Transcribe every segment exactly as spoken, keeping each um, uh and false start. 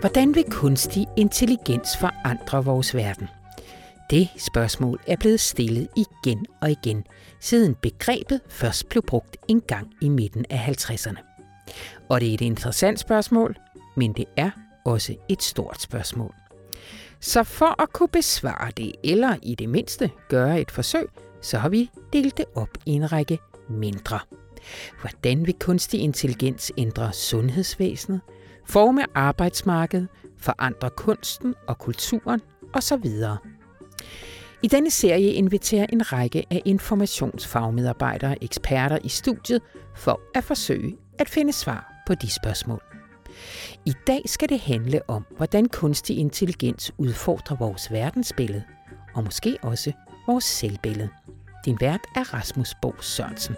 Hvordan vil kunstig intelligens forandre vores verden? Det spørgsmål er blevet stillet igen og igen, siden begrebet først blev brugt en gang i midten af halvtredserne. Og det er et interessant spørgsmål, men det er også et stort spørgsmål. Så for at kunne besvare det, eller i det mindste gøre et forsøg, så har vi delt det op i en række mindre. Hvordan vil kunstig intelligens ændre sundhedsvæsenet, forme arbejdsmarkedet, forandre kunsten og kulturen osv.? I denne serie inviterer en række af informationsfagmedarbejdere og eksperter i studiet for at forsøge at finde svar på de spørgsmål. I dag skal det handle om, hvordan kunstig intelligens udfordrer vores verdensbillede, og måske også vores selvbillede. Din vært er Rasmus Bo Sørensen.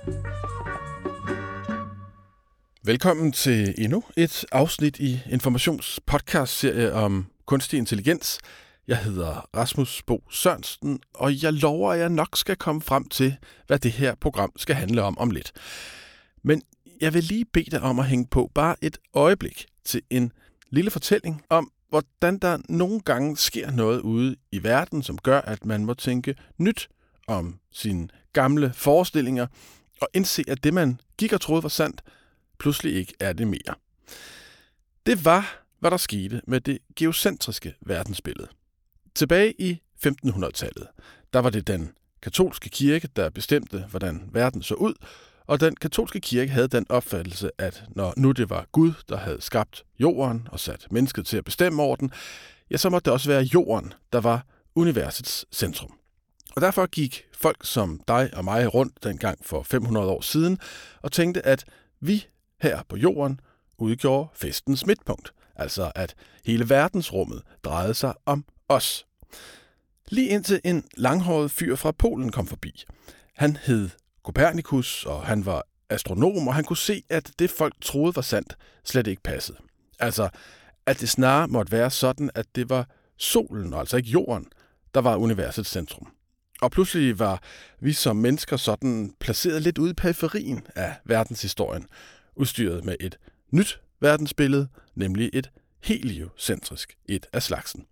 Velkommen til endnu et afsnit i informationspodcast-serie om kunstig intelligens. Jeg hedder Rasmus Bo Sørensen, og jeg lover, at jeg nok skal komme frem til, hvad det her program skal handle om om lidt. Men jeg vil lige bede dig om at hænge på bare et øjeblik til en lille fortælling om, hvordan der nogle gange sker noget ude i verden, som gør, at man må tænke nyt om sine gamle forestillinger og indse, at det, man gik og troede var sandt, pludselig ikke er det mere. Det var, hvad der skete med det geocentriske verdensbillede. Tilbage i femtenhundredetallet, der var det den katolske kirke, der bestemte, hvordan verden så ud, og den katolske kirke havde den opfattelse, at når nu det var Gud, der havde skabt jorden og sat mennesket til at bestemme over den, ja, så måtte det også være jorden, der var universets centrum. Og derfor gik folk som dig og mig rundt dengang for fem hundrede år siden og tænkte, at vi her på jorden udgjorde festens midtpunkt. Altså at hele verdensrummet drejede sig om os. Lige indtil en langhåret fyr fra Polen kom forbi. Han hed Copernicus, og han var astronom, og han kunne se, at det folk troede var sandt, slet ikke passede. Altså, at det snarere måtte være sådan, at det var solen, og altså ikke jorden, der var universets centrum. Og pludselig var vi som mennesker sådan placeret lidt ude i periferien af verdenshistorien, udstyret med et nyt verdensbillede, nemlig et heliocentrisk, et af slagsen.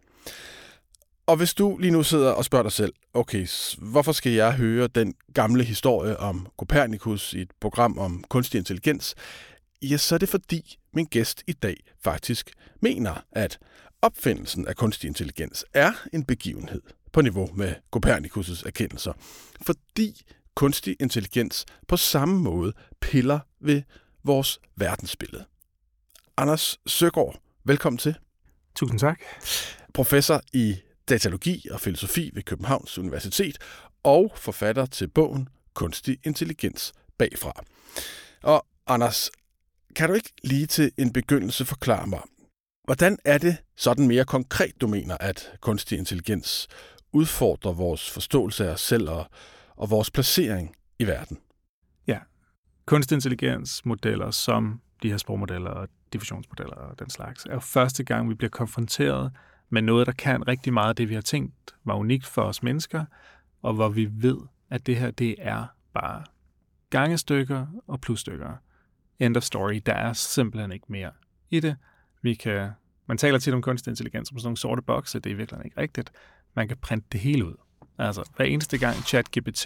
Og hvis du lige nu sidder og spørger dig selv, okay, hvorfor skal jeg høre den gamle historie om Copernicus i et program om kunstig intelligens? Ja, så er det fordi min gæst i dag faktisk mener, at opfindelsen af kunstig intelligens er en begivenhed på niveau med Copernicus' erkendelser, fordi kunstig intelligens på samme måde piller ved vores verdensbillede. Anders Søgaard, velkommen til. Tusind tak. Professor i datalogi og filosofi ved Københavns Universitet og forfatter til bogen Kunstig intelligens bagfra. Og Anders, kan du ikke lige til en begyndelse forklare mig, hvordan er det sådan mere konkret, du mener, at kunstig intelligens udfordrer vores forståelse af os selv og, og vores placering i verden? Ja, kunstig intelligens modeller som de her sprogmodeller og diffusionsmodeller og den slags, er jo første gang, vi bliver konfronteret med noget, der kan rigtig meget af det, vi har tænkt, var unikt for os mennesker, og hvor vi ved, at det her, det er bare gangestykker og plusstykker. End of story. Der er simpelthen ikke mere i det. Vi kan, man taler tit om kunstig intelligens som sådan nogle sorte bokse, det er virkelig ikke rigtigt. Man kan printe det hele ud. Altså, hver eneste gang ChatGPT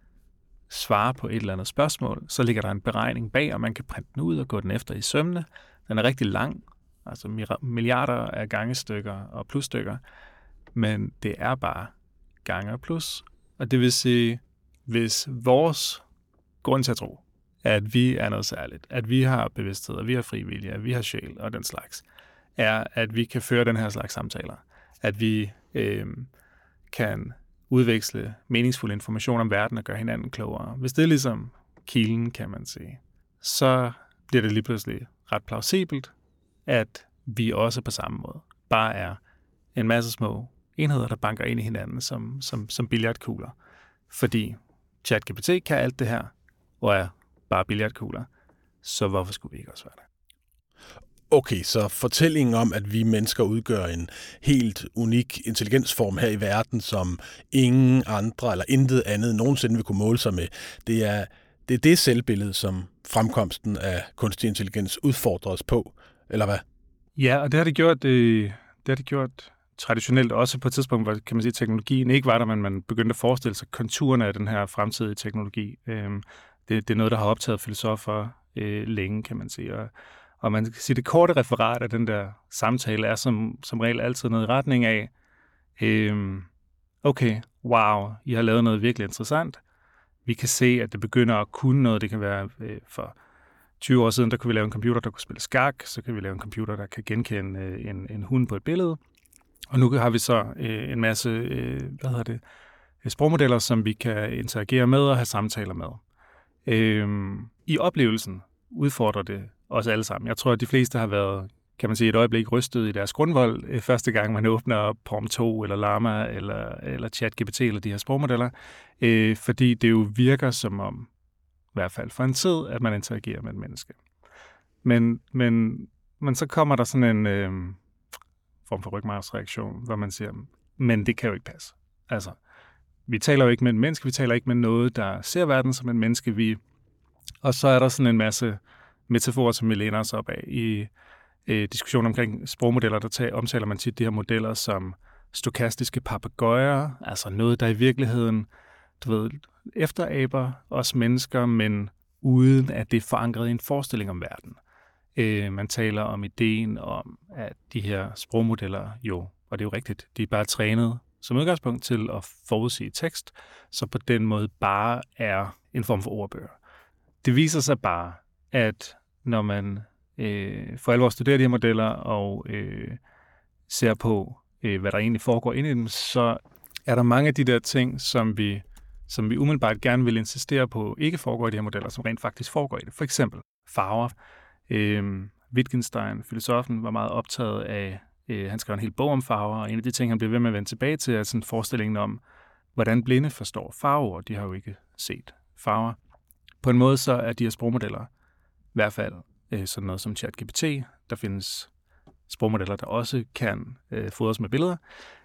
svarer på et eller andet spørgsmål, så ligger der en beregning bag, og man kan printe den ud og gå den efter i sømmene. Den er rigtig lang, altså milliarder af gangestykker og plusstykker, men det er bare gange og plus. Og det vil sige, hvis vores grund til at tro, at vi er noget særligt, at vi har bevidsthed, at vi har frivillige, at vi har sjæl og den slags, er, at vi kan føre den her slags samtaler. At vi øh, kan udveksle meningsfuld information om verden og gøre hinanden klogere. Hvis det er ligesom kilden, kan man sige, så bliver det lige pludselig ret plausibelt, at vi også på samme måde bare er en masse små enheder, der banker ind i hinanden som, som, som billiardkugler. Fordi ChatGPT kan alt det her, og er bare billiardkugler, så hvorfor skulle vi ikke også være det? Okay, så fortællingen om, at vi mennesker udgør en helt unik intelligensform her i verden, som ingen andre eller intet andet nogensinde vil kunne måle sig med, det er det, er det selvbillede, som fremkomsten af kunstig intelligens udfordrer os på, eller hvad? Ja, og det har det gjort, øh, det har det gjort traditionelt også på et tidspunkt, hvor kan man sige, teknologien ikke var der, men man begyndte at forestille sig konturerne af den her fremtidige teknologi. Øh, det, det er noget, der har optaget filosofer øh, længe, kan man sige. Og, og man kan sige, det korte referat af den der samtale er som, som regel altid noget i retning af, øh, okay, wow, I har lavet noget virkelig interessant. Vi kan se, at det begynder at kunne noget. Det kan være øh, for tyve år siden, der kunne vi lave en computer, der kunne spille skak. Så kan vi lave en computer, der kan genkende øh, en, en hund på et billede. Og nu har vi så øh, en masse øh, hvad hedder det, sprogmodeller, som vi kan interagere med og have samtaler med. Øh, I oplevelsen udfordrer det os alle sammen. Jeg tror, at de fleste har været, kan man sige, et øjeblik rystet i deres grundvold øh, første gang, man åbner Palm to eller Llama eller, eller ChatGPT eller de her sprogmodeller, øh, fordi det jo virker som om, i hvert fald for en tid, at man interagerer med et menneske. Men, men, men så kommer der sådan en øh, form for rygmarvsreaktion, hvor man siger, men det kan jo ikke passe. Altså, vi taler jo ikke med en menneske, vi taler ikke med noget, der ser verden som en menneske. Vi... Og så er der sådan en masse metaforer, som vi læner os op af. I øh, diskussioner omkring sprogmodeller, der tager, omtaler man tit de her modeller som stokastiske papegøjer, altså noget, der i virkeligheden, du ved, efteraber os mennesker, men uden at det er forankret i en forestilling om verden. Øh, man taler om ideen om, at de her sprogmodeller jo, og det er jo rigtigt, de er bare trænet som udgangspunkt til at forudsige tekst, så på den måde bare er en form for ordbøger. Det viser sig bare, at når man øh, for alvor studerer de her modeller og øh, ser på, øh, hvad der egentlig foregår inde i dem, så er der mange af de der ting, som vi, som vi umiddelbart gerne vil insistere på, ikke foregår i de her modeller, som rent faktisk foregår i det. For eksempel farver. Øh, Wittgenstein, filosofen, var meget optaget af, øh, han skrev en hel bog om farver, og en af de ting, han blev ved med at vende tilbage til, er sådan forestillingen om, hvordan blinde forstår farver. De har jo ikke set farver. På en måde så er de her sprogmodeller, i hvert fald øh, sådan noget som ChatGPT, der findes sprogmodeller, der også kan øh, fodres med billeder,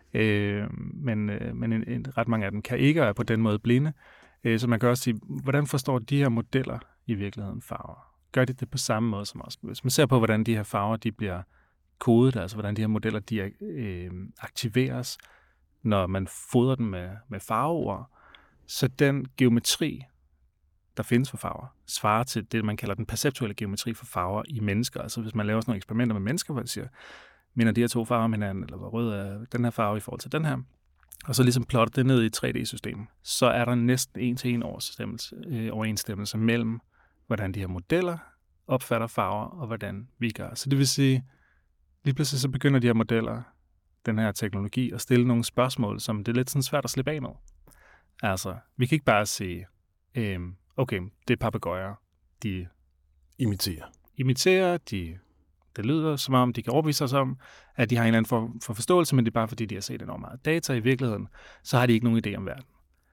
øh, men, øh, men en, en, ret mange af dem kan ikke og er på den måde blinde. Øh, så man kan også sige, hvordan forstår de her modeller i virkeligheden farver? Gør de det på samme måde som os? Hvis man ser på, hvordan de her farver de bliver kodet, altså hvordan de her modeller de, øh, aktiveres, når man fodrer dem med, med farveord, så den geometri, der findes for farver, svarer til det, man kalder den perceptuelle geometri for farver i mennesker. Altså hvis man laver sådan nogle eksperimenter med mennesker, hvor de siger, minder de her to farver om hinanden, eller hvor rød er den her farve i forhold til den her, og så ligesom plotter det ned i et tre D-system, så er der næsten en til en overensstemmelse mellem, hvordan de her modeller opfatter farver, og hvordan vi gør. Så det vil sige, lige pludselig så begynder de her modeller, den her teknologi, at stille nogle spørgsmål, som det er lidt sådan svært at slippe af med. Altså, vi kan ikke bare sige, øhm, okay, det er papegøjer, de imiterer. imiterer, de, det lyder som om, de kan overbevise os om, at de har en eller anden form for forståelse, men det er bare fordi, de har set enormt meget data i virkeligheden, så har de ikke nogen idé om verden.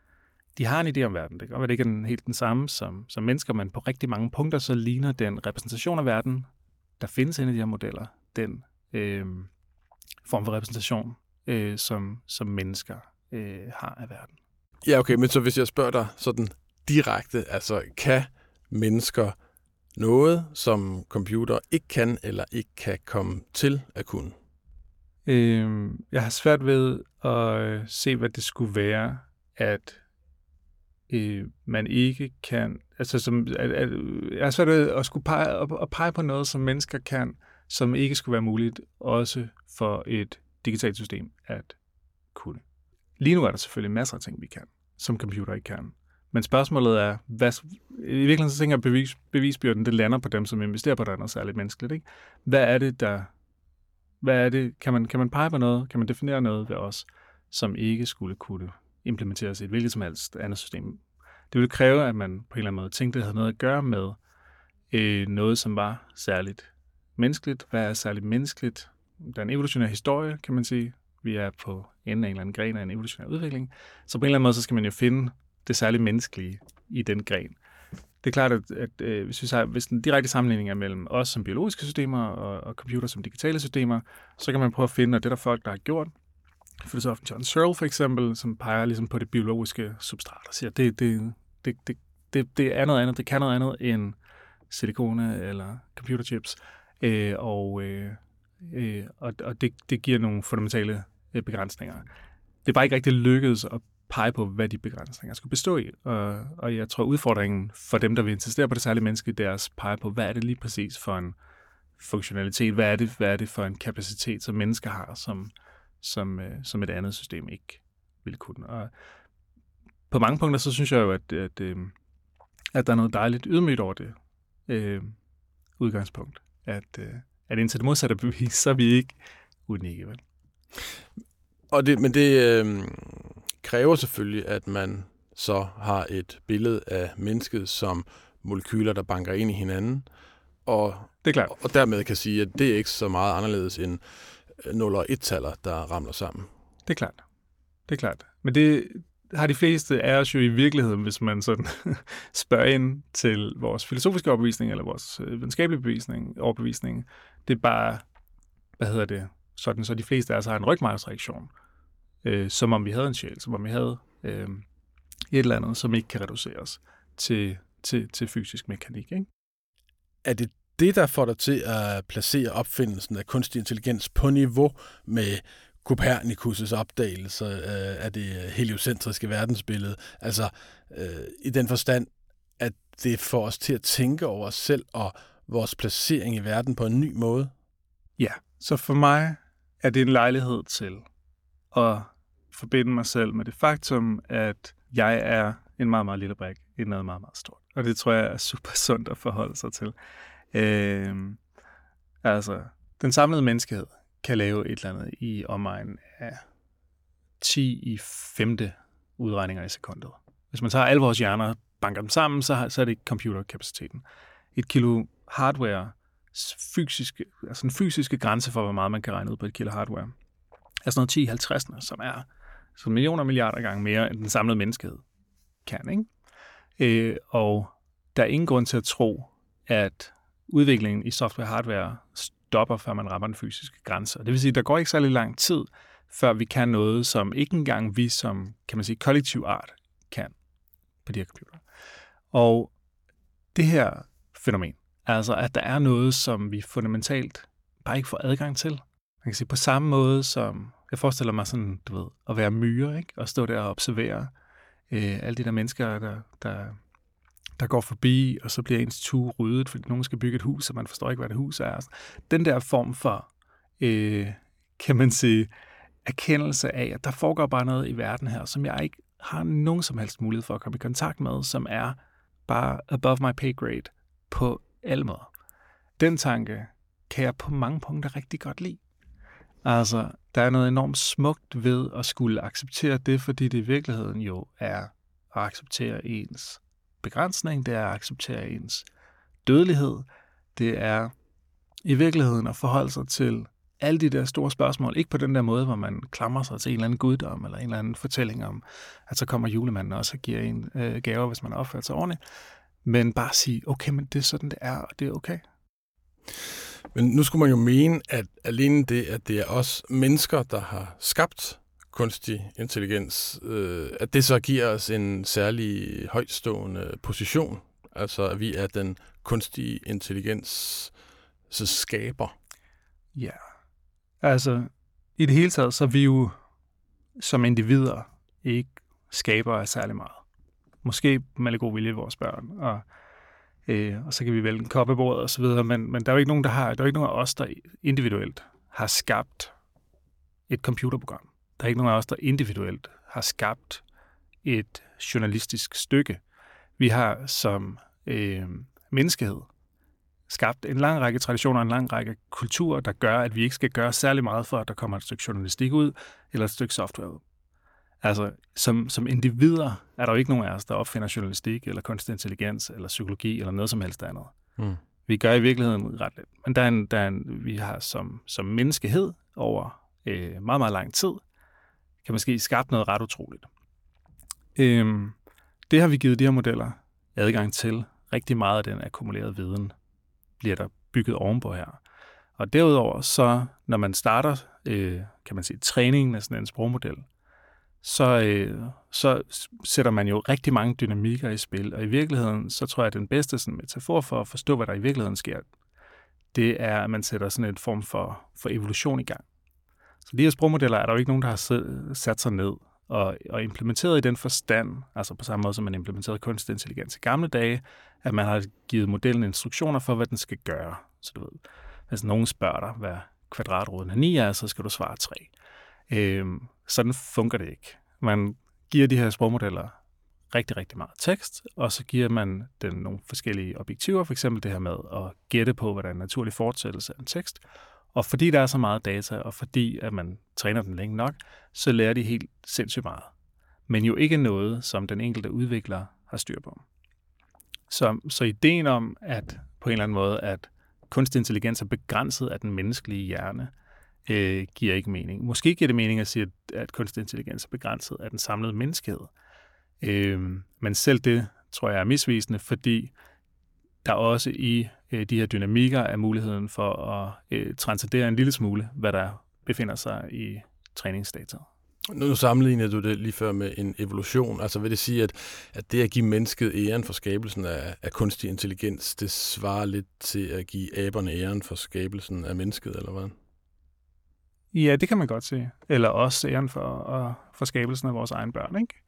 De har en idé om verden. Det kan godt være, det ikke er den, helt den samme som, som mennesker, men på rigtig mange punkter, så ligner den repræsentation af verden, der findes inde i de her modeller, den øh, form for repræsentation, øh, som, som mennesker øh, har af verden. Ja, okay, men så hvis jeg spørger dig sådan direkte, altså kan mennesker noget, som computer ikke kan eller ikke kan komme til at kunne? Øh, jeg har svært ved at se, hvad det skulle være, at øh, man ikke kan, altså som, at, at, jeg har svært ved at skulle pege, at, at pege på noget, som mennesker kan, som ikke skulle være muligt også for et digitalt system at kunne. Lige nu er der selvfølgelig masser af ting, vi kan, som computer ikke kan. Men spørgsmålet er, hvad, i virkeligheden så tænker jeg, at bevis, bevisbyrden det lander på dem, som investerer på noget særligt menneskeligt. Ikke? Hvad er det, der... Hvad er det? Kan man, kan man pege på noget? Kan man definere noget ved os, som ikke skulle kunne implementeres i et hvilket som helst andet system? Det ville kræve, at man på en eller anden måde tænkte, at det havde noget at gøre med øh, noget, som var særligt menneskeligt. Hvad er særligt menneskeligt? Der er en evolutionær historie, kan man sige. Vi er på enden af en eller anden gren af en evolutionær udvikling. Så på en eller anden måde, så skal man jo finde det særligt menneskelige i den gren. Det er klart, at, at øh, hvis, vi har, hvis den direkte sammenligning er mellem os som biologiske systemer og, og computer som digitale systemer, så kan man prøve at finde, at det der folk, der har gjort, filosofen John Searle for eksempel, som peger ligesom på det biologiske substrat og siger, at det, det, det, det, det, det er noget andet, det kan noget andet end silikone eller computerchips. Øh, og, øh, øh, og, og det, det giver nogle fundamentale øh, begrænsninger. Det er bare ikke rigtig lykkedes at pege på, hvad de begrænsninger skulle bestå i. Og, og jeg tror, udfordringen for dem, der vil insistere på det særlige menneske, det er at pege på, hvad er det lige præcis for en funktionalitet, hvad er det, hvad er det for en kapacitet, som mennesker har, som, som, øh, som et andet system ikke vil kunne. Og på mange punkter, så synes jeg jo, at, at, øh, at der er noget dejligt ydmygt over det øh, udgangspunkt. At, øh, at indtil det modsatte bevis, så er vi ikke unikke, vel? Og det, men det øh, kræver selvfølgelig, at man så har et billede af mennesket som molekyler, der banker ind i hinanden, og, det er klart. og dermed kan sige, at det er ikke så meget anderledes end nul og et-taller, der ramler sammen. Det er klart. Det er klart. Men det har de fleste af os jo i virkeligheden, hvis man sådan spørger ind til vores filosofiske overbevisning, eller vores videnskabelige bevisning, overbevisning. Det er bare, hvad hedder det, sådan, så de fleste af os har en rygmarvsreaktion, øh, som om vi havde en sjæl, som om vi havde øh, et eller andet, som ikke kan reduceres til, til, til fysisk mekanik, ikke? Er det det, der får dig til at placere opfindelsen af kunstig intelligens på niveau med Copernicus' opdagelse øh, af det heliocentriske verdensbillede? Altså øh, i den forstand, at det får os til at tænke over os selv og vores placering i verden på en ny måde? Ja, så for mig er det en lejlighed til at forbinde mig selv med det faktum, at jeg er en meget, meget lille brik i noget meget, meget stort. Og det tror jeg er super sundt at forholde sig til. Øh, altså, den samlede menneskehed kan lave et eller andet i omegnen af ti i femte udregninger i sekundet. Hvis man tager alle vores hjerner og banker dem sammen, så, så er det computerkapaciteten. Et kilo hardware, fysiske, altså en fysiske grænse for, hvor meget man kan regne ud på et kilo hardware, er sådan noget ti i halvtredserne, som er så millioner og milliarder gange mere, end den samlede menneskehed kan, ikke? Øh, og der er ingen grund til at tro, at udviklingen i software og hardware stopper, før man rammer den fysiske grænse. Det vil sige, at der går ikke særlig lang tid, før vi kan noget, som ikke engang vi som, kan man sige, kollektiv art kan på de her computere. Og det her fænomen, altså at der er noget, som vi fundamentalt bare ikke får adgang til. Man kan sige på samme måde som, jeg forestiller mig sådan, du ved, at være myre, ikke? Og stå der og observere øh, alle de der mennesker, der, der, der går forbi, og så bliver ens tue ryddet, fordi nogen skal bygge et hus, og man forstår ikke, hvad det hus er. Altså, den der form for, øh, kan man sige, erkendelse af, at der foregår bare noget i verden her, som jeg ikke har nogen som helst mulighed for at komme i kontakt med, som er bare above my pay grade på alle måder. Den tanke kan jeg på mange punkter rigtig godt lide. Altså, der er noget enormt smukt ved at skulle acceptere det, fordi det i virkeligheden jo er at acceptere ens begrænsning, det er at acceptere ens dødelighed, det er i virkeligheden at forholde sig til alle de der store spørgsmål, ikke på den der måde, hvor man klamrer sig til en eller anden guddom, eller en eller anden fortælling om, at så kommer julemanden også og giver en øh, gaver, hvis man har opført sig ordentligt, men bare sige, okay, men det er sådan, det er, og det er okay. Men nu skulle man jo mene, at alene det, at det er os mennesker, der har skabt kunstig intelligens, øh, at det så giver os en særlig højtstående position. Altså, at vi er den kunstige intelligens skaber. Ja, altså i det hele taget, så er vi jo som individer ikke skaber af særlig meget. Måske med lidt god vilje vores børn, og, øh, og så kan vi vælge en kop af bordet og så videre, men, men der er jo ikke nogen, der har, der er ikke nogen af os, der individuelt har skabt et computerprogram. Der er ikke nogen af os, der individuelt har skabt et journalistisk stykke. Vi har som øh, menneskehed skabt en lang række traditioner, en lang række kulturer, der gør, at vi ikke skal gøre særlig meget for, at der kommer et stykke journalistik ud, eller et stykke software ud. Altså, som, som individer er der jo ikke nogen af os, der opfinder journalistik, eller kunstig intelligens, eller psykologi, eller noget som helst andet. Mm. Vi gør i virkeligheden ret lidt. Men der er en, der er en, vi har som, som menneskehed over øh, meget, meget lang tid, kan måske skabe noget ret utroligt. Øhm, det har vi givet de her modeller adgang til. Rigtig meget af den akkumulerede viden bliver der bygget ovenpå her. Og derudover, så når man starter, øh, kan man sige, træningen af sådan en sprogmodel, så, øh, så sætter man jo rigtig mange dynamikker i spil. Og i virkeligheden, så tror jeg, at den bedste sådan, metafor for at forstå, hvad der i virkeligheden sker, det er, at man sætter sådan en form for, for evolution i gang. Så de her sprogmodeller er der jo ikke nogen, der har sat sig ned og, og implementeret i den forstand, altså på samme måde som man implementerede kunstig intelligens i gamle dage, at man har givet modellen instruktioner for, hvad den skal gøre. Så du ved, hvis nogen spørger dig, hvad kvadratroden af ni er, så skal du svare tre. Øhm, sådan fungerer det ikke. Man giver de her sprogmodeller rigtig, rigtig meget tekst, og så giver man den nogle forskellige objektiver, for eksempel det her med at gætte på, hvad der er en naturlig fortsættelse af en tekst. Og fordi der er så meget data, og fordi at man træner den længe nok, så lærer de helt sindssygt meget. Men jo ikke noget, som den enkelte udvikler har styr på. Så, så ideen om, at på en eller anden måde, at kunstig intelligens er begrænset af den menneskelige hjerne, øh, giver ikke mening. Måske giver det mening at sige, at, at kunstig intelligens er begrænset af den samlede menneskehed. Øh, men selv det, tror jeg, er misvisende, fordi der også i øh, de her dynamikker er muligheden for at øh, transcendere en lille smule, hvad der befinder sig i træningsdata. Nu sammenligner du det lige før med en evolution. Altså vil det sige, at, at det at give mennesket æren for skabelsen af, af kunstig intelligens, det svarer lidt til at give aberne æren for skabelsen af mennesket, eller hvad? Ja, det kan man godt sige. Eller også æren for, for skabelsen af vores egen børn, ikke?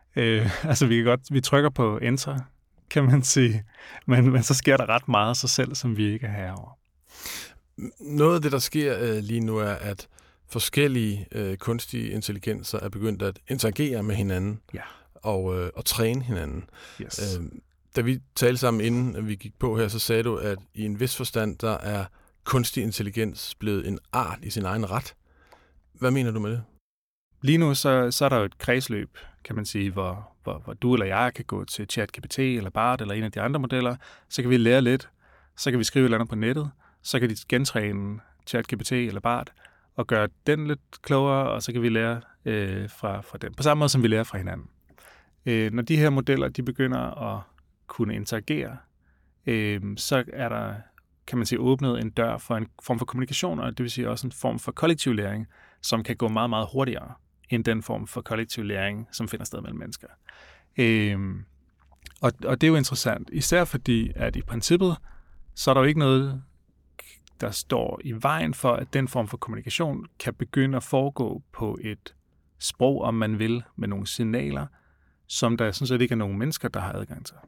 Øh, altså vi kan godt, vi trykker på enter, kan man sige, men, men så sker der ret meget af sig selv, som vi ikke er herover. Noget af det, der sker øh, lige nu, er, at forskellige øh, kunstige intelligenser er begyndt at interagere med hinanden ja. og, øh, og træne hinanden. Yes. Øh, da vi talte sammen, inden vi gik på her, så sagde du, at i en vis forstand, der er kunstig intelligens blevet en art i sin egen ret. Hvad mener du med det? Lige nu så, så er der jo et kredsløb, kan man sige, hvor, hvor, hvor du eller jeg kan gå til ChatGPT eller Bard eller en af de andre modeller. Så kan vi lære lidt, så kan vi skrive et eller andet på nettet, så kan de gentræne ChatGPT eller Bard og gøre den lidt klogere, og så kan vi lære øh, fra, fra dem. På samme måde, som vi lærer fra hinanden. Øh, når de her modeller de begynder at kunne interagere, øh, så er der, kan man sige, åbnet en dør for en form for kommunikation, og det vil sige også en form for kollektiv læring, som kan gå meget, meget hurtigere end den form for kollektiv læring, som finder sted mellem mennesker. Øh, og, og det er jo interessant, især fordi, at i princippet, så er der jo ikke noget, der står i vejen for, at den form for kommunikation kan begynde at foregå på et sprog, om man vil, med nogle signaler, som der sådan set ikke er nogen mennesker, der har adgang til.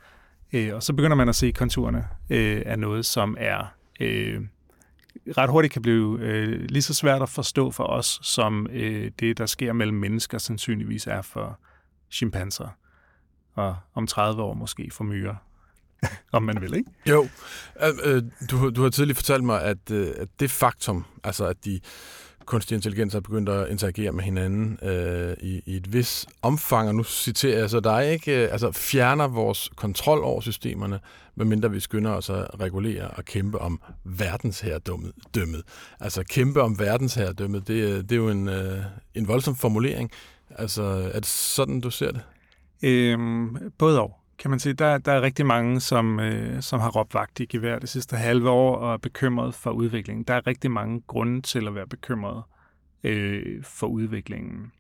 Øh, og så begynder man at se konturerne øh, af noget, som er øh, ret hurtigt kan blive øh, lige så svært at forstå for os, som øh, det, der sker mellem mennesker, sandsynligvis er for chimpanser, og om tredive år måske for myrer. Om man vil, ikke? Jo. Øh, du, du har tidligere fortalt mig, at, at det faktum, altså at de kunstige intelligenser er begyndt at interagere med hinanden øh, i, i et vis omfang, og nu citerer jeg så dig, ikke? Altså fjerner vores kontrol over systemerne, medmindre vi skynder os at regulere og kæmpe om verdensherredømmet. Altså kæmpe om verdensherredømmet, det, det er jo en, øh, en voldsom formulering. Altså er det sådan, du ser det? Øhm, både og. Kan man sige, der, der er rigtig mange, som, øh, som har råbt vagt i gevær det sidste halve år og er bekymret for udviklingen. Der er rigtig mange grunde til at være bekymret øh, for udviklingen.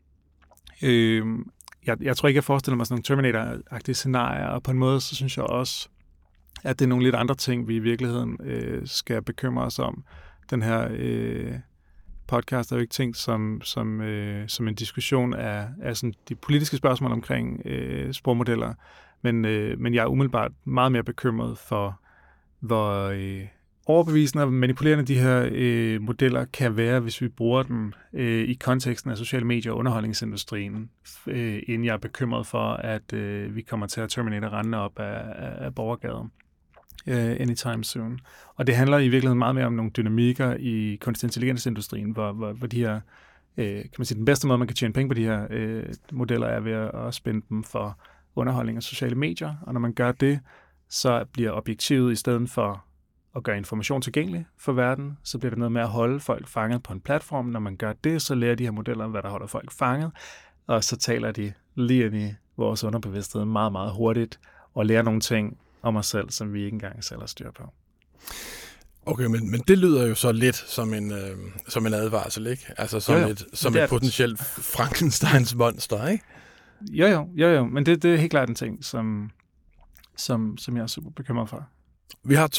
Øh, jeg, jeg tror ikke, jeg forestiller mig sådan nogle Terminator-agtige scenarier, og på en måde, så synes jeg også, at det er nogle lidt andre ting, vi i virkeligheden øh, skal bekymre os om. Den her øh, podcast er jo ikke tænkt som, som, øh, som en diskussion af, af sådan de politiske spørgsmål omkring øh, sprogmodeller, Men, øh, men jeg er umiddelbart meget mere bekymret for, hvor øh, overbevisende og manipulerende de her øh, modeller kan være, hvis vi bruger dem øh, i konteksten af sociale medier og underholdningsindustrien, øh, inden jeg er bekymret for, at øh, vi kommer til at Terminator rendende op af, af, af borgergaden øh, anytime soon. Og det handler i virkeligheden meget mere om nogle dynamikker i kunstig intelligensindustrien, hvor, hvor, hvor de her, øh, kan man sige, den bedste måde, man kan tjene penge på de her øh, modeller, er ved at spænde dem for underholdning og sociale medier, og når man gør det, så bliver objektivet i stedet for at gøre information tilgængelig for verden, så bliver det noget med at holde folk fanget på en platform. Når man gør det, så lærer de her modeller, hvad der holder folk fanget, og så taler de lige ind i vores underbevidsthed meget, meget hurtigt, og lærer nogle ting om os selv, som vi ikke engang selv har styr på. Okay, men, men det lyder jo så lidt som en, øh, som en advarsel, ikke? Altså som jo, jo. et, som et potentielt Frankensteins monster, ikke? Jo, jo, jo, jo. Men det, det er helt klart en ting, som, som, som jeg er super bekymret for. Vi har to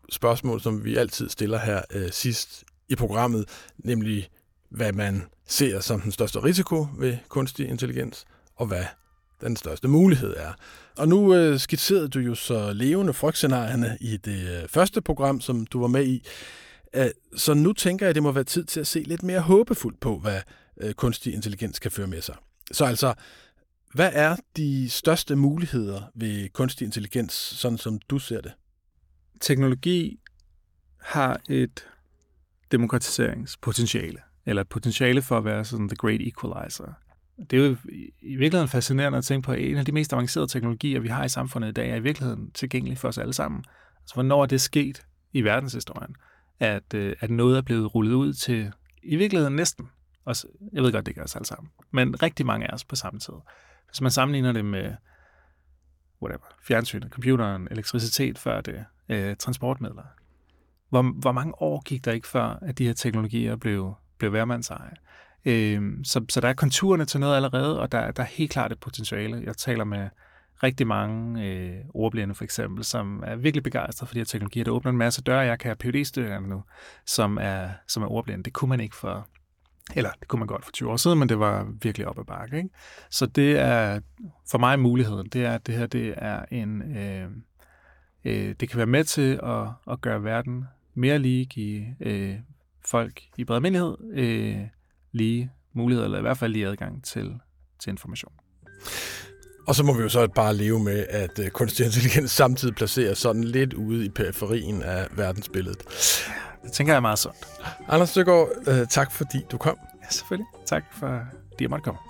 spørgsmål, som vi altid stiller her øh, sidst i programmet, nemlig hvad man ser som den største risiko ved kunstig intelligens, og hvad den største mulighed er. Og nu øh, skitserede du jo så levende frygtscenarierne i det øh, første program, som du var med i. Æh, så nu tænker jeg, at det må være tid til at se lidt mere håbefuldt på, hvad øh, kunstig intelligens kan føre med sig. Så altså, hvad er de største muligheder ved kunstig intelligens, sådan som du ser det? Teknologi har et demokratiseringspotentiale, eller et potentiale for at være sådan the great equalizer. Det er jo i virkeligheden fascinerende at tænke på, at en af de mest avancerede teknologier, vi har i samfundet i dag, er i virkeligheden tilgængelig for os alle sammen. Altså, hvornår er det sket i verdenshistorien, at, at noget er blevet rullet ud til i virkeligheden næsten os, jeg ved godt, det gør os alle sammen, men rigtig mange af os på samme tid. Hvis man sammenligner det med whatever, fjernsynet, computeren, elektricitet før det, øh, transportmidler. Hvor, hvor mange år gik der ikke før, at de her teknologier blev, blev hvermandseje? Øh, så, så der er konturerne til noget allerede, og der, der er helt klart et potentiale. Jeg taler med rigtig mange øh, ordblinde for eksempel, som er virkelig begejstrede for de her teknologier. Der åbner en masse døre. Jeg kan have P H D-studerende nu, som er, som er ordblinde. Det kunne man ikke for, eller det kunne man godt for tyve år siden, men det var virkelig op ad bakke, ikke? Så det er for mig muligheden. Det er, at det her det er en, øh, øh, det kan være med til at, at gøre verden mere lige, give øh, folk i bred almindelighed øh, lige muligheder, eller i hvert fald lige adgang til, til information. Og så må vi jo så bare leve med, at uh, kunstig intelligens samtidig placerer sådan lidt ude i periferien af verdensbilledet. Det tænker jeg er meget sundt. Anders Søgaard, uh, tak fordi du kom. Ja, selvfølgelig. Tak for, at jeg måtte komme.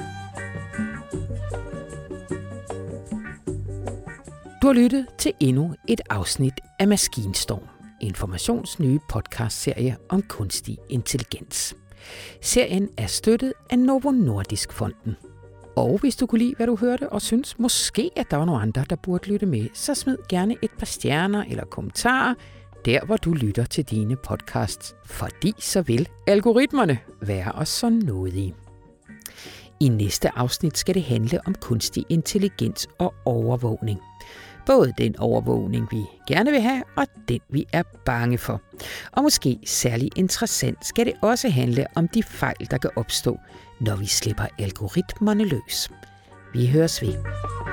Du har lyttet til endnu et afsnit af Maskinstorm, Informations nye podcastserie om kunstig intelligens. Serien er støttet af Novo Nordisk Fonden. Og hvis du kunne lide, hvad du hørte, og synes måske, at der var nogle andre, der burde lytte med, så smid gerne et par stjerner eller kommentarer, der hvor du lytter til dine podcasts, fordi så vil algoritmerne være os så nådige. I næste afsnit skal det handle om kunstig intelligens og overvågning. Både den overvågning, vi gerne vil have, og den, vi er bange for. Og måske særlig interessant skal det også handle om de fejl, der kan opstå, når vi slipper algoritmerne løs. Vi høres ved.